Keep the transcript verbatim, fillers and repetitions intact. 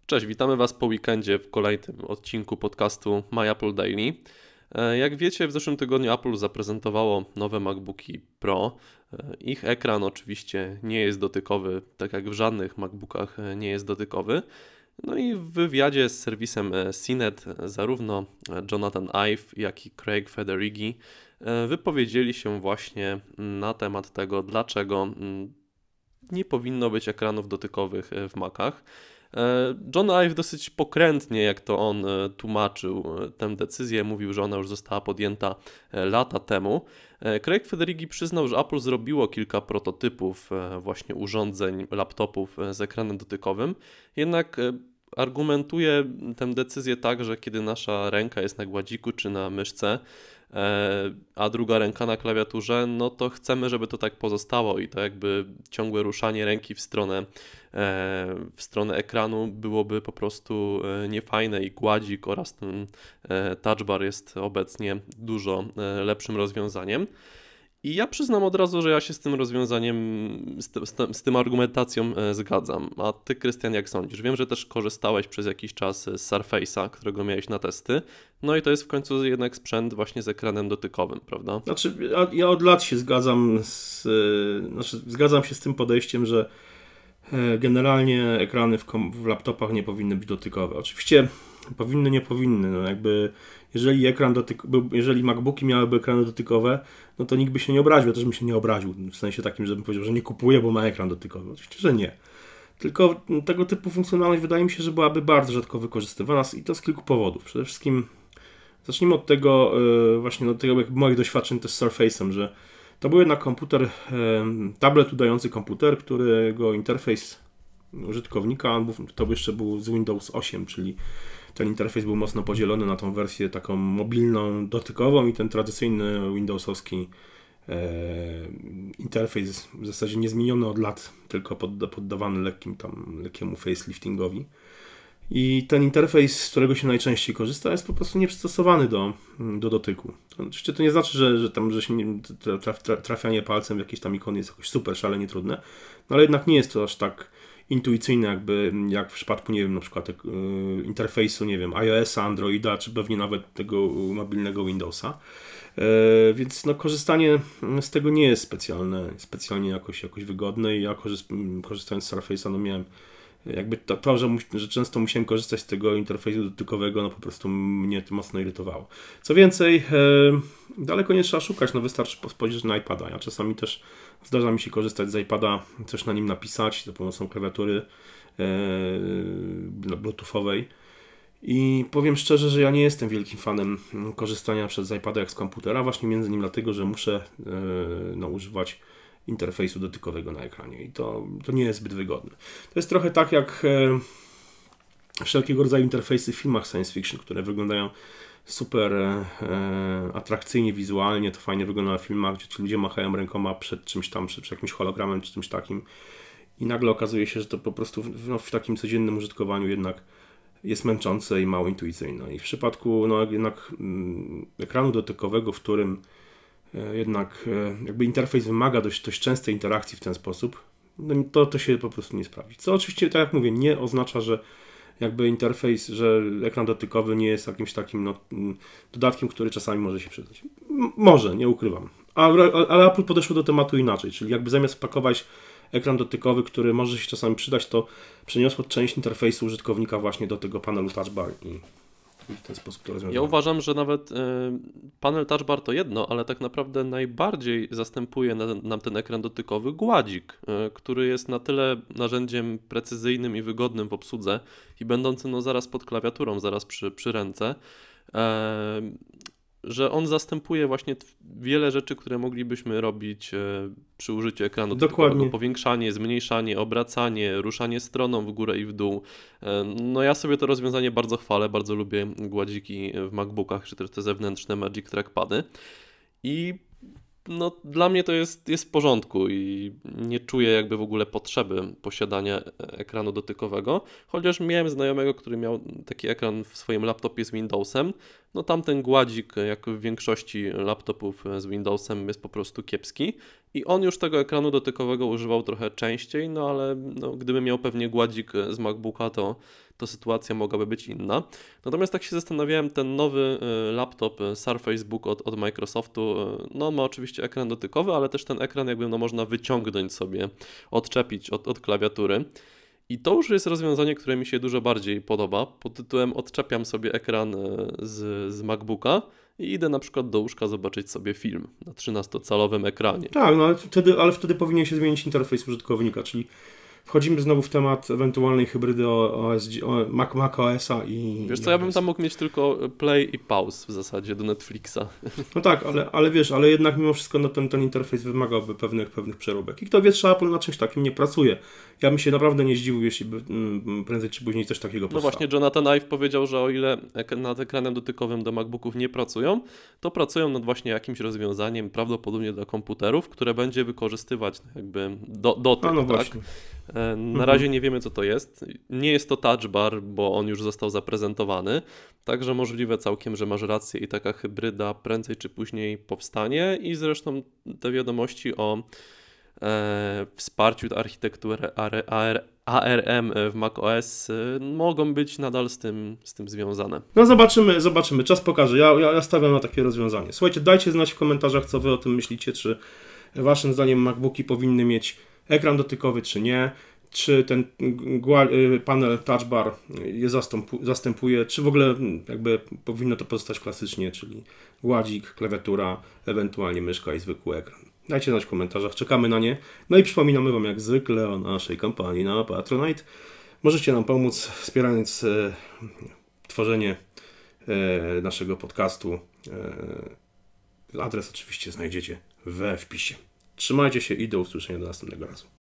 Cześć, witamy Was po weekendzie w kolejnym odcinku podcastu My Apple Daily. Jak wiecie, w zeszłym tygodniu Apple zaprezentowało nowe MacBooki Pro. Ich ekran oczywiście nie jest dotykowy, tak jak w żadnych MacBookach nie jest dotykowy. No i w wywiadzie z serwisem C Net zarówno Jonathan Ive, jak i Craig Federighi wypowiedzieli się właśnie na temat tego, dlaczego nie powinno być ekranów dotykowych w Macach. John Ive dosyć pokrętnie, jak to on tłumaczył tę decyzję, mówił, że ona już została podjęta lata temu. Craig Federighi przyznał, że Apple zrobiło kilka prototypów właśnie urządzeń, laptopów z ekranem dotykowym, jednak argumentuje tę decyzję tak, że kiedy nasza ręka jest na gładziku czy na myszce, a druga ręka na klawiaturze, no to chcemy, żeby to tak pozostało i to jakby ciągłe ruszanie ręki w stronę, w stronę ekranu byłoby po prostu niefajne i gładzik oraz ten touch bar jest obecnie dużo lepszym rozwiązaniem. I ja przyznam od razu, że ja się z tym rozwiązaniem, z, ty, z, ty, z tym argumentacją zgadzam. A ty, Krystian, jak sądzisz? Wiem, że też korzystałeś przez jakiś czas z Surface'a, którego miałeś na testy. No i to jest w końcu jednak sprzęt właśnie z ekranem dotykowym, prawda? Znaczy, ja, ja od lat się zgadzam z, znaczy, zgadzam się z tym podejściem, że generalnie ekrany w, kom, w laptopach nie powinny być dotykowe. Oczywiście powinny, nie powinny. No jakby jeżeli ekran dotyk, jeżeli MacBooki miałyby ekrany dotykowe, no to nikt by się nie obraził. Ja też bym się nie obraził. W sensie takim, żebym powiedział, że nie kupuję, bo ma ekran dotykowy. Oczywiście, że nie. Tylko tego typu funkcjonalność wydaje mi się, że byłaby bardzo rzadko wykorzystywana i to z kilku powodów. Przede wszystkim zacznijmy od tego właśnie od tego moich doświadczeń też z Surface'em, że to był jednak komputer, tablet udający komputer, którego interfejs użytkownika, to jeszcze był z Windows osiem, czyli ten interfejs był mocno podzielony na tą wersję taką mobilną, dotykową i ten tradycyjny windowsowski interfejs w zasadzie niezmieniony od lat, tylko poddawany lekkim tam, lekkiemu faceliftingowi. I ten interfejs, z którego się najczęściej korzysta, jest po prostu nieprzystosowany do, do dotyku. Oczywiście to nie znaczy, że, że, tam, że się nie, traf, trafianie palcem w jakieś tam ikony jest jakoś super, szalenie trudne, no ale jednak nie jest to aż tak intuicyjne, jakby jak w przypadku, nie wiem, na przykład yy, interfejsu, nie wiem, iOS-a, Androida, czy pewnie nawet tego mobilnego Windowsa. Yy, więc no, korzystanie z tego nie jest specjalne, specjalnie jakoś, jakoś wygodne i ja korzyst- korzystając z Surface'a, no miałem jakby to, to że, że często musiałem korzystać z tego interfejsu dotykowego, no po prostu mnie to mocno irytowało. Co więcej, e, daleko nie trzeba szukać, no wystarczy spojrzeć na iPada. Ja czasami też zdarza mi się korzystać z iPada, coś na nim napisać za pomocą klawiatury e, bluetoothowej. I powiem szczerze, że ja nie jestem wielkim fanem korzystania przez iPada jak z komputera, właśnie między innymi dlatego, że muszę e, no, używać interfejsu dotykowego na ekranie i to, to nie jest zbyt wygodne. To jest trochę tak jak e, wszelkiego rodzaju interfejsy w filmach science fiction, które wyglądają super e, atrakcyjnie wizualnie, to fajnie wygląda na filmach, gdzie ci ludzie machają rękoma przed czymś tam, przed, przed jakimś hologramem czy czymś takim i nagle okazuje się, że to po prostu w, no, w takim codziennym użytkowaniu jednak jest męczące i mało intuicyjne. I w przypadku no, jednak m, ekranu dotykowego, w którym jednak jakby interfejs wymaga dość, dość częstej interakcji w ten sposób, no to, to się po prostu nie sprawdzi. Co oczywiście, tak jak mówię, nie oznacza, że jakby interfejs, że ekran dotykowy nie jest jakimś takim no, dodatkiem, który czasami może się przydać. M- może, nie ukrywam. Ale, ale Apple podeszło do tematu inaczej, czyli jakby zamiast pakować ekran dotykowy, który może się czasami przydać, to przeniosło część interfejsu użytkownika właśnie do tego panelu touch bar i I w ten sposób to rozwiązano. Ja uważam, że nawet y, panel touch bar to jedno, ale tak naprawdę najbardziej zastępuje nam na ten ekran dotykowy gładzik, y, który jest na tyle narzędziem precyzyjnym i wygodnym w obsłudze i będącym no, zaraz pod klawiaturą, zaraz przy, przy ręce, y, że on zastępuje właśnie wiele rzeczy, które moglibyśmy robić y, przy użyciu ekranu dotykowego. Powiększanie, zmniejszanie, obracanie, ruszanie stroną w górę i w dół. Y, no ja sobie to rozwiązanie bardzo chwalę, bardzo lubię gładziki w MacBookach, czy też te zewnętrzne Magic Trackpady. I no, dla mnie to jest, jest w porządku i nie czuję jakby w ogóle potrzeby posiadania ekranu dotykowego, chociaż miałem znajomego, który miał taki ekran w swoim laptopie z Windowsem, no tamten gładzik, jak w większości laptopów z Windowsem, jest po prostu kiepski i on już tego ekranu dotykowego używał trochę częściej, no ale no, gdyby miał pewnie gładzik z MacBooka, to, to sytuacja mogłaby być inna. Natomiast tak się zastanawiałem, ten nowy laptop Surface Book od, od Microsoftu, no ma oczywiście ekran dotykowy, ale też ten ekran jakby no można wyciągnąć sobie, odczepić od, od klawiatury. I to już jest rozwiązanie, które mi się dużo bardziej podoba. Pod tytułem odczepiam sobie ekran z, z MacBooka i idę na przykład do łóżka zobaczyć sobie film na trzynastocalowym ekranie. Tak, no ale wtedy, ale wtedy powinien się zmienić interfejs użytkownika, czyli wchodzimy znowu w temat ewentualnej hybrydy O S, o Mac, Mac O S a i... Wiesz co, ja bym tam mógł mieć tylko play i pause w zasadzie do Netflixa. No tak, ale, ale wiesz, ale jednak mimo wszystko no, ten, ten interfejs wymagałby pewnych, pewnych przeróbek. I kto wie, czy Apple na czymś takim nie pracuje. Ja bym się naprawdę nie zdziwił, jeśli by mm, prędzej czy później coś takiego powstało. No właśnie, Jonathan Ive powiedział, że o ile ek- nad ekranem dotykowym do MacBooków nie pracują, to pracują nad właśnie jakimś rozwiązaniem, prawdopodobnie dla komputerów, które będzie wykorzystywać jakby do, dotyk, A no tak? właśnie. Na razie nie wiemy, co to jest. Nie jest to touch bar, bo on już został zaprezentowany. Także możliwe całkiem, że masz rację i taka hybryda prędzej czy później powstanie. I zresztą te wiadomości o e, wsparciu architektury A R M w macOS e, mogą być nadal z tym, z tym związane. No zobaczymy, zobaczymy. Czas pokaże. Ja, ja, ja stawiam na takie rozwiązanie. Słuchajcie, dajcie znać w komentarzach, co wy o tym myślicie. Czy waszym zdaniem MacBooki powinny mieć ekran dotykowy, czy nie, czy ten panel touch bar je zastępuje, czy w ogóle jakby powinno to pozostać klasycznie, czyli gładzik, klawiatura, ewentualnie myszka i zwykły ekran. Dajcie znać w komentarzach, czekamy na nie. No i przypominamy wam jak zwykle o naszej kampanii na Patronite. Możecie nam pomóc wspierając e, tworzenie e, naszego podcastu. E, adres oczywiście znajdziecie we wpisie. Trzymajcie się i do usłyszenia do następnego razu.